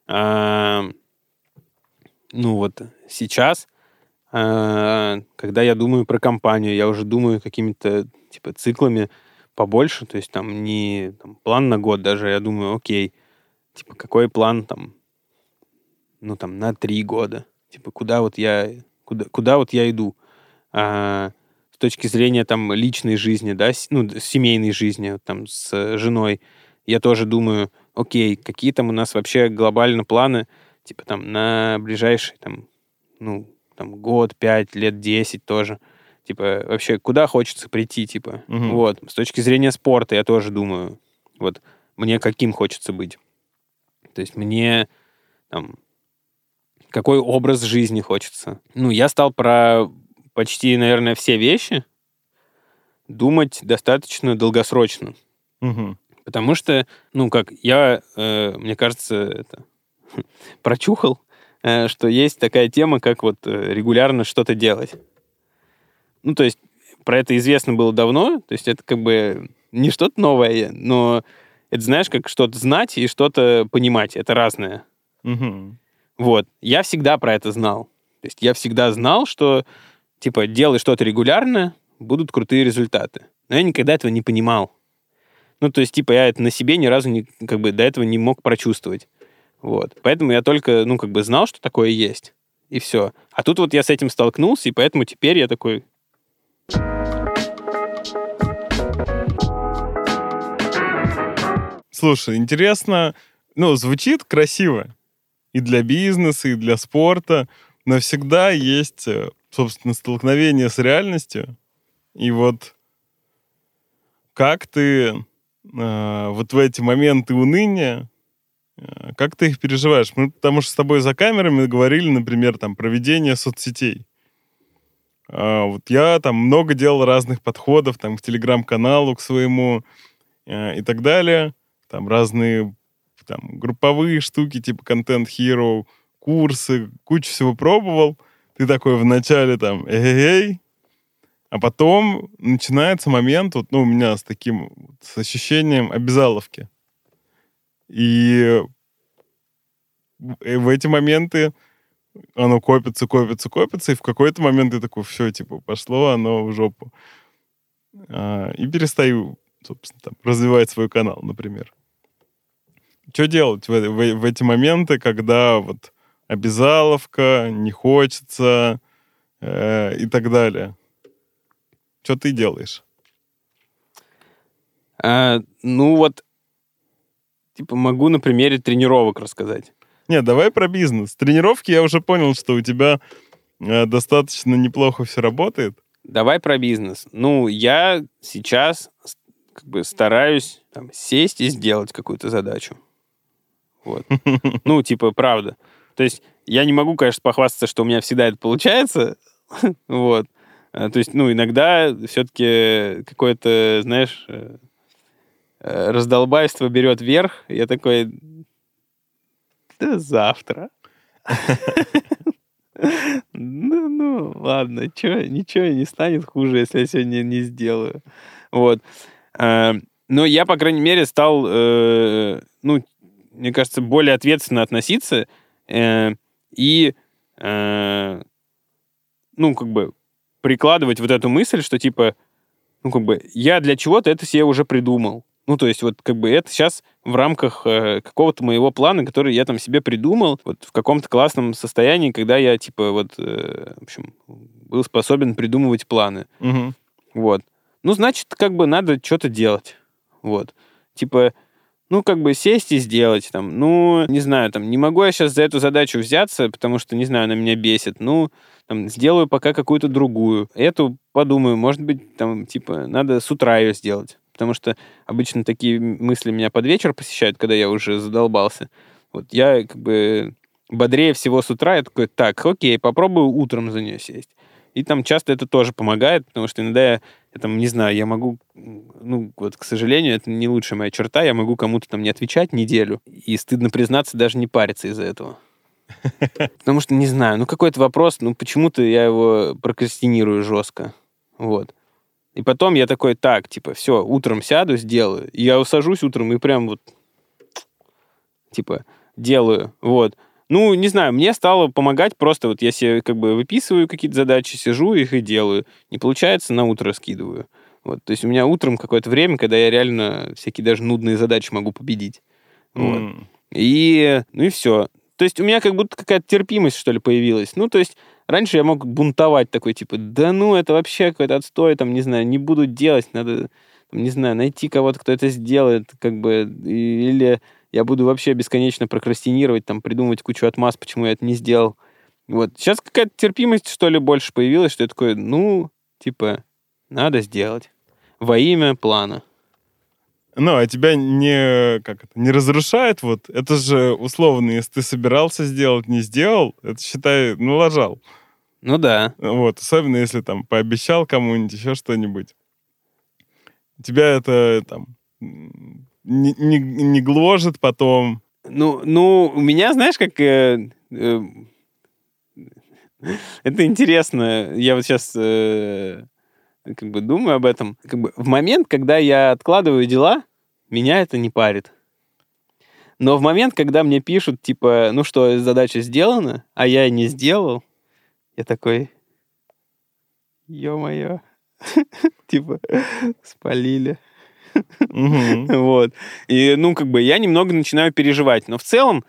вот сейчас, когда я думаю про компанию, я уже думаю какими-то типа циклами побольше, то есть там не там, план на год даже, я думаю, окей, типа какой план там, на 3 года, типа куда вот я иду. С точки зрения там личной жизни, да, семейной жизни, там с женой, я тоже думаю, окей, какие там у нас вообще глобально планы, типа там на ближайший там, год, 5 лет, 10 тоже. Типа вообще куда хочется прийти, типа. Угу. Вот. С точки зрения спорта я тоже думаю, вот мне каким хочется быть. То есть мне там какой образ жизни хочется. Я стал про почти, наверное, все вещи думать достаточно долгосрочно. Угу. Потому что, я, мне кажется, это прочухал, что есть такая тема, как вот регулярно что-то делать. То есть про это известно было давно, то есть это как бы не что-то новое, но Это знаешь, как что-то знать и что-то понимать. Это разное. Мгм. Вот. Я всегда про это знал. То есть я всегда знал, что, типа, делай что-то регулярно, будут крутые результаты. Но я никогда этого не понимал. Ну, то есть, типа, я это на себе ни разу не, как бы, до этого не мог прочувствовать. Вот. Поэтому я только, ну, как бы, знал, что такое есть. И все. А тут вот я с этим столкнулся, и поэтому теперь я такой... Слушай, интересно, ну, звучит красиво и для бизнеса, и для спорта, но всегда есть, собственно, столкновение с реальностью. И вот как ты вот в эти моменты уныния, как ты их переживаешь? Мы потому что с тобой за камерами говорили, например, там, про ведение соцсетей. Вот я там много делал разных подходов там, к телеграм-каналу, к своему и так далее. Там разные там, групповые штуки, типа Content Hero, курсы, кучу всего пробовал. Ты такой вначале там, эй, а потом начинается момент, вот, ну, у меня с таким, с ощущением обязаловки. И в эти моменты оно копится, и в какой-то момент я такой, все, типа, пошло оно в жопу. И перестаю, собственно, там, развивать свой канал, например. Что делать в эти моменты, когда вот обязаловка, не хочется и так далее? Что ты делаешь? Ну вот, типа, могу на примере тренировок рассказать. Нет, давай про бизнес. Тренировки я уже понял, что у тебя достаточно неплохо все работает. Давай про бизнес. Ну, я сейчас как бы стараюсь там, сесть и сделать какую-то задачу. Вот. Ну, типа, правда. То есть я не могу, конечно, похвастаться, что у меня всегда это получается. Вот. То есть, ну, иногда все-таки какое-то, знаешь, раздолбайство берет верх. И я такой, да завтра. Ну, ладно, ничего не станет хуже, если я сегодня не сделаю. Вот. Но я, по крайней мере, стал, ну, мне кажется, более ответственно относиться и, ну, как бы, прикладывать вот эту мысль, что, типа, ну, как бы, я для чего-то это себе уже придумал. Ну, то есть, вот, как бы, это сейчас в рамках какого-то моего плана, который я там себе придумал, вот, в каком-то классном состоянии, когда я, типа, вот, в общем, был способен придумывать планы. Угу. Вот. Ну, значит, как бы, надо что-то делать. Вот. Типа, ну, как бы, сесть и сделать, там, ну, не знаю, там, не могу я сейчас за эту задачу взяться, потому что, не знаю, она меня бесит, ну, там, сделаю пока какую-то другую. Эту подумаю, может быть, там, типа, надо с утра ее сделать. Потому что обычно такие мысли меня под вечер посещают, когда я уже задолбался. Вот я как бы бодрее всего с утра, я такой, так, окей, попробую утром за нее сесть. И там часто это тоже помогает, потому что иногда я там, не знаю, я могу, ну, вот, к сожалению, это не лучшая моя черта, я могу кому-то там не отвечать неделю, и стыдно признаться, даже не париться из-за этого. Потому что, не знаю, ну, какой-то вопрос, ну, почему-то я его прокрастинирую жестко. Вот. И потом я такой, так, типа, все, утром сяду, сделаю. И я усажусь утром и прям вот, типа, делаю. Вот. Ну, не знаю, мне стало помогать просто, вот я себе как бы выписываю какие-то задачи, сижу их и делаю. Не получается, на утро скидываю. Вот. То есть у меня утром какое-то время, когда я реально всякие даже нудные задачи могу победить. Вот. И, ну и все. То есть у меня как будто какая-то терпимость, что ли, появилась. Ну, то есть раньше я мог бунтовать такой, типа, да ну, это вообще какой-то отстой, там, не знаю, не буду делать, надо, там, не знаю, найти кого-то, кто это сделает, как бы, или я буду вообще бесконечно прокрастинировать, там, придумывать кучу отмаз, почему я это не сделал. Вот. Сейчас какая-то терпимость, что ли, больше появилась, что я такой, ну, типа, надо сделать. Во имя плана. Ну, а тебя не разрушает вот? Это же условно, если ты собирался сделать, не сделал, это, считай, налажал. Ну да. Вот, особенно если там пообещал кому-нибудь еще что-нибудь. Тебя это там не гложет потом. Ну, у меня, знаешь, как... это интересно. Я вот сейчас как бы думаю об этом. Как бы в момент, когда я откладываю дела, меня это не парит. Но в момент, когда мне пишут, типа, ну что, задача сделана, а я не сделал, я такой, ё-моё, типа, спалили. Вот. И, ну, как бы, я немного начинаю переживать. Но в целом,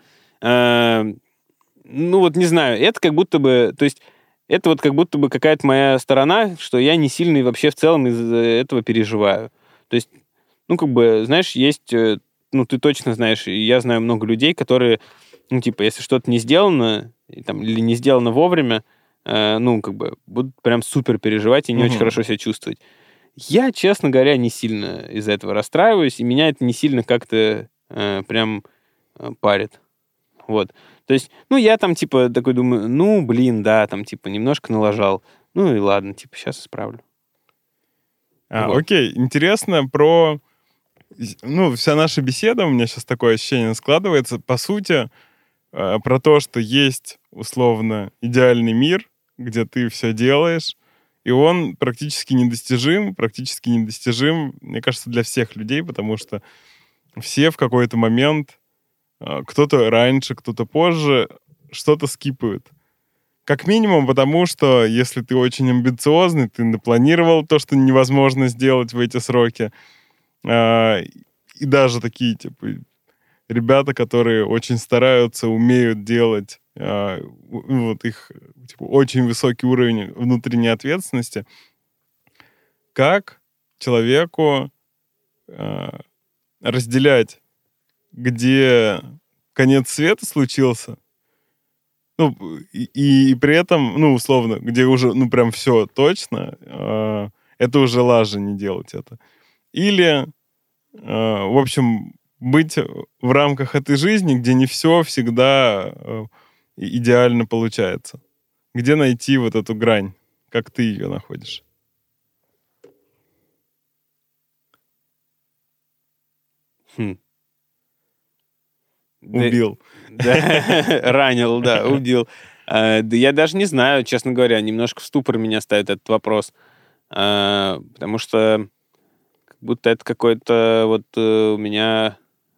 ну, вот не знаю, это как будто бы, то есть, это вот как будто бы какая-то моя сторона, что я не сильно вообще в целом из-за этого переживаю. То есть, ну, как бы, знаешь, есть, ну, ты точно знаешь, и я знаю много людей, которые, ну, типа, если что-то не сделано, или не сделано вовремя, ну, как бы, будут прям супер переживать и не очень хорошо себя чувствовать. Я, честно говоря, не сильно из-за этого расстраиваюсь, и меня это не сильно как-то прям парит. Вот. То есть, ну, я там, типа, такой думаю, ну, блин, да, там, типа, немножко налажал. Ну, и ладно, типа, сейчас исправлю. Вот. Окей, интересно про... Ну, вся наша беседа, у меня сейчас такое ощущение складывается, по сути, про то, что есть, условно, идеальный мир, где ты все делаешь, и он практически недостижим, мне кажется, для всех людей, потому что все в какой-то момент, кто-то раньше, кто-то позже, что-то скипают. Как минимум, потому что если ты очень амбициозный, ты напланировал то, что невозможно сделать в эти сроки, и даже такие, типа, ребята, которые очень стараются, умеют делать, вот их, типа, очень высокий уровень внутренней ответственности, как человеку разделять, где конец света случился, ну, и при этом, ну, условно, где уже, ну, прям все точно, это уже лажа не делать это. Или, в общем, быть в рамках этой жизни, где не все всегда идеально получается. Где найти вот эту грань? Как ты ее находишь? Убил. Ранил, да, убил. Да я даже не знаю, честно говоря, немножко в ступор меня ставит этот вопрос. Потому что как будто это какой-то вот у меня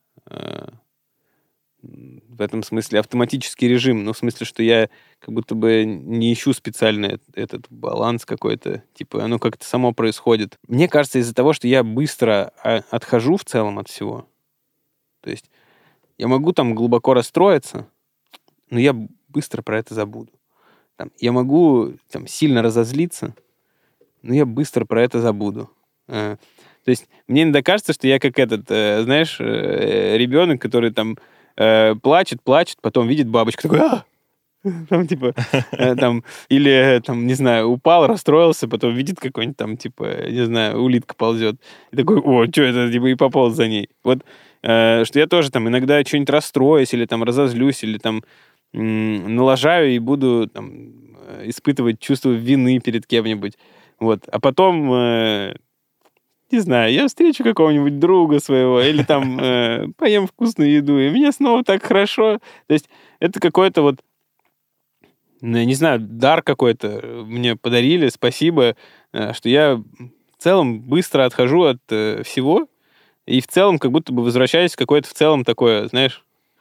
в этом смысле автоматический режим. Ну, в смысле, что я как будто бы не ищу специально этот баланс какой-то. Типа, оно как-то само происходит. Мне кажется, из-за того, что я быстро отхожу в целом от всего. То есть я могу там глубоко расстроиться, но я быстро про это забуду. Я могу там сильно разозлиться, но я быстро про это забуду. То есть мне иногда кажется, что я как этот, знаешь, ребенок, который там плачет, потом видит бабочку, такой, там, типа, там, или, там, не знаю, упал, расстроился, потом видит какой-нибудь там, типа, не знаю, улитка ползет. И такой, о, что это, типа, и пополз за ней. Вот, что я тоже там иногда что-нибудь расстроюсь, или там разозлюсь, или там налажаю и буду там испытывать чувство вины перед кем-нибудь. Вот. А потом, не знаю, я встречу какого-нибудь друга своего, или там поем вкусную еду, и мне снова так хорошо. То есть это какой-то вот, ну, я не знаю, дар какой-то мне подарили, спасибо, что я в целом быстро отхожу от всего, и в целом как будто бы возвращаюсь в какое-то в целом такое, знаешь...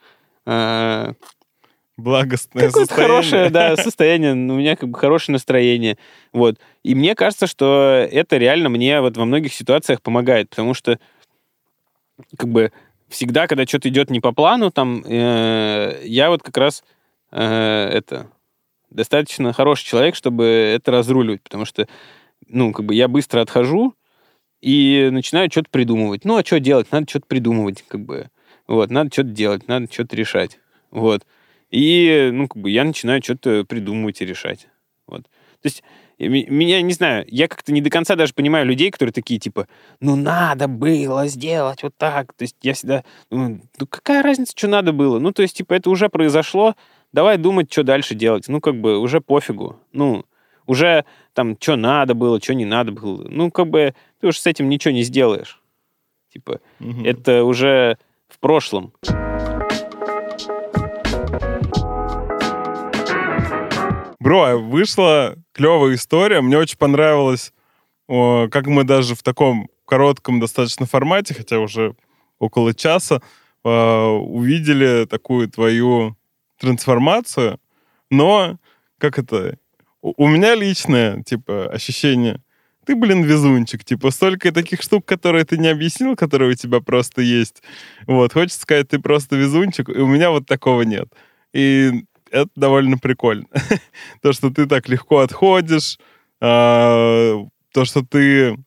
благостное какое-то состояние. Хорошее, да, состояние, у меня как бы хорошее настроение. Вот. И мне кажется, что это реально мне вот во многих ситуациях помогает, потому что как бы всегда, когда что-то идет не по плану, там, я вот как раз достаточно хороший человек, чтобы это разруливать, потому что, ну, как бы я быстро отхожу и начинаю что-то придумывать. Ну, а что делать? Надо что-то придумывать, как бы. Вот, надо что-то делать, надо что-то решать. Вот. И, ну, как бы я начинаю что-то придумывать и решать. Вот. То есть, меня, не знаю, я как-то не до конца даже понимаю людей, которые такие, типа, ну, надо было сделать вот так. То есть, я всегда думаю, ну, какая разница, что надо было? Ну, то есть, типа, это уже произошло, давай думать, что дальше делать. Ну, как бы, уже пофигу. Ну, уже там, что надо было, что не надо было. Ну, как бы, ты уж с этим ничего не сделаешь. Типа, это уже в прошлом. Бро, вышла клевая история. Мне очень понравилось, как мы даже в таком коротком достаточно формате, хотя уже около часа, увидели такую твою трансформацию, но как это... У меня личное, типа, ощущение, ты, везунчик, типа, столько таких штук, которые ты не объяснил, которые у тебя просто есть. Вот, хочется сказать, ты просто везунчик, и у меня вот такого нет. И это довольно прикольно. То, что ты так легко отходишь, то, что ты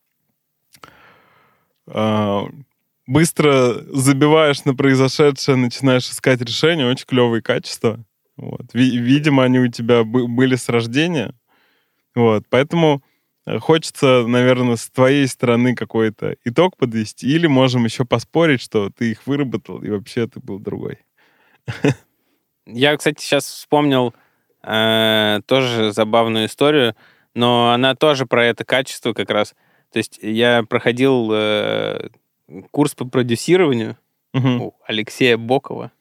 быстро забиваешь на произошедшее, начинаешь искать решения, очень клевые качества. Вот. Видимо, они у тебя были с рождения. Вот. Поэтому хочется, наверное, с твоей стороны какой-то итог подвести, или можем еще поспорить, что ты их выработал, и вообще ты был другой. Я, кстати, сейчас вспомнил тоже забавную историю, но она тоже про это качество как раз. То есть я проходил курс по продюсированию у Алексея Бокова.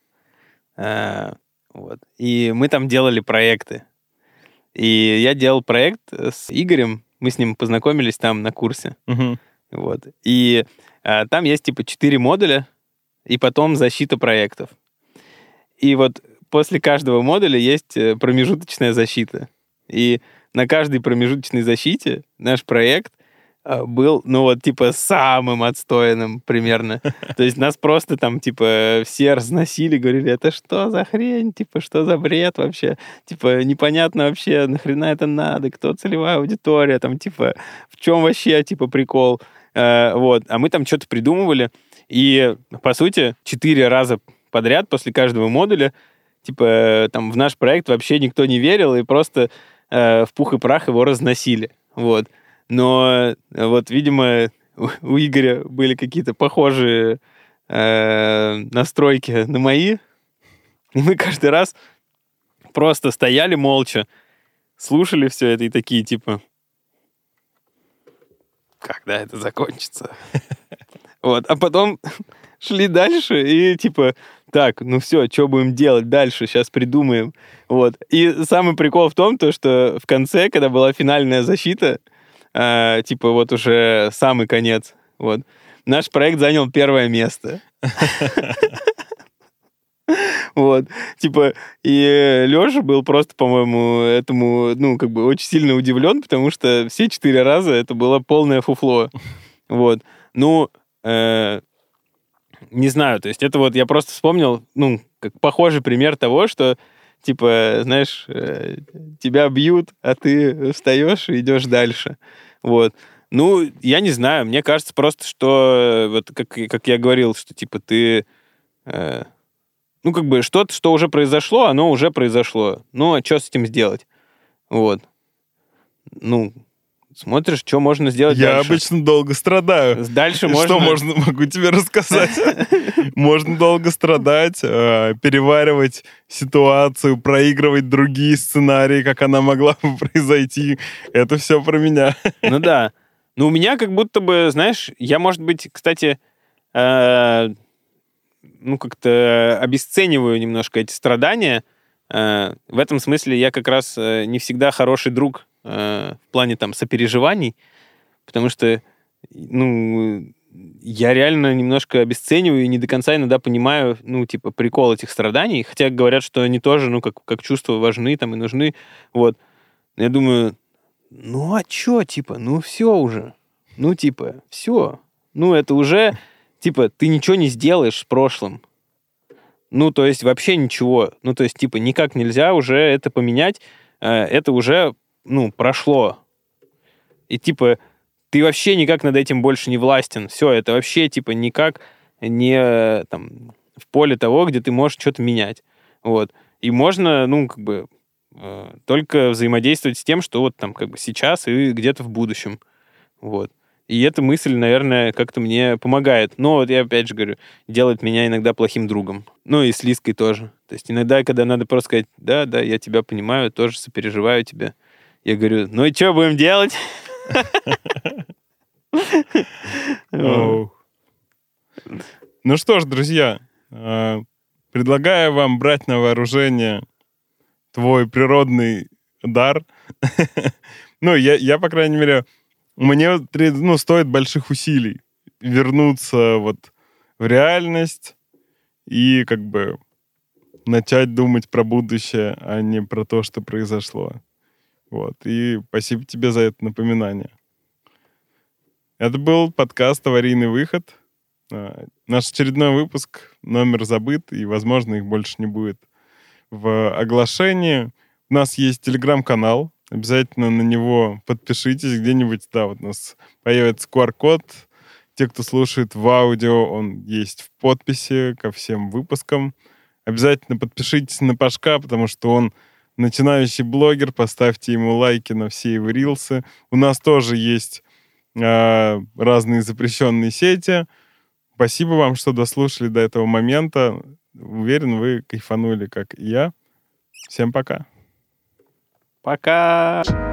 Вот. И мы там делали проекты. И я делал проект с Игорем. Мы с ним познакомились там на курсе. Вот. И там есть типа 4 модуля, и потом защита проектов. И вот после каждого модуля есть промежуточная защита. И на каждой промежуточной защите наш проект был, типа, самым отстойным примерно. То есть нас просто там, типа, все разносили, говорили, это что за хрень, типа, что за бред вообще? Типа, непонятно вообще, нахрена это надо, кто целевая аудитория, там, типа, в чем вообще, типа, прикол? Вот. А мы там что-то придумывали, и, по сути, 4 раза подряд после каждого модуля, типа, там, в наш проект вообще никто не верил, и просто в пух и прах его разносили. Вот. Но вот, видимо, у Игоря были какие-то похожие настройки на мои. И мы каждый раз просто стояли молча, слушали все это и такие, типа, когда это закончится? Вот. А потом шли дальше и, типа, так, ну все, что будем делать дальше? Сейчас придумаем. Вот. И самый прикол в том, что в конце, когда была финальная защита, типа вот уже самый конец, вот, наш проект занял 1 место. Вот, типа, и Леша был просто, по-моему, этому, очень сильно удивлен, потому что все 4 раза это было полное фуфло. Вот. Не знаю, то есть это вот я просто вспомнил, как похожий пример того, что, типа, знаешь, тебя бьют, а ты встаешь и идешь дальше. Вот. Я не знаю, мне кажется просто, что, вот как я говорил, что, типа, ты... что-то, что уже произошло, оно уже произошло. А что с этим сделать? Вот. Смотришь, что можно сделать дальше. Я обычно долго страдаю. Дальше можно... Что могу тебе рассказать? Можно долго страдать, переваривать ситуацию, проигрывать другие сценарии, как она могла бы произойти. Это все про меня. Ну да. У меня как будто бы, знаешь, я, может быть, кстати, как-то обесцениваю немножко эти страдания. В этом смысле я как раз не всегда хороший друг в плане там сопереживаний, потому что, я реально немножко обесцениваю и не до конца иногда понимаю, прикол этих страданий, хотя говорят, что они тоже, как чувства важны там и нужны, вот. Я думаю, а чё, все уже, все, это уже, ты ничего не сделаешь с прошлым, то есть вообще ничего, то есть, никак нельзя уже это поменять, это уже прошло. И, ты вообще никак над этим больше не властен. Все, это вообще, никак не в поле того, где ты можешь что-то менять. Вот. И можно, только взаимодействовать с тем, что вот там сейчас и где-то в будущем. Вот. И эта мысль, наверное, как-то мне помогает. Но вот я опять же говорю, делает меня иногда плохим другом. И с Лизкой тоже. То есть иногда, когда надо просто сказать, да, я тебя понимаю, тоже сопереживаю тебе. Я говорю, и что будем делать? Ну что ж, друзья, предлагаю вам брать на вооружение твой природный дар. Я, по крайней мере, мне стоит больших усилий вернуться вот в реальность и как бы начать думать про будущее, а не про то, что произошло. Вот. И спасибо тебе за это напоминание. Это был подкаст «Аварийный выход». Наш очередной выпуск, номер забыт, и, возможно, их больше не будет в оглашении. У нас есть телеграм-канал. Обязательно на него подпишитесь где-нибудь. Да, вот у нас появится QR-код. Те, кто слушает в аудио, он есть в подписи ко всем выпускам. Обязательно подпишитесь на Пашка, потому что он начинающий блогер. Поставьте ему лайки на все его рилсы. У нас тоже есть разные запрещенные сети. Спасибо вам, что дослушали до этого момента. Уверен, вы кайфанули, как и я. Всем пока. Пока!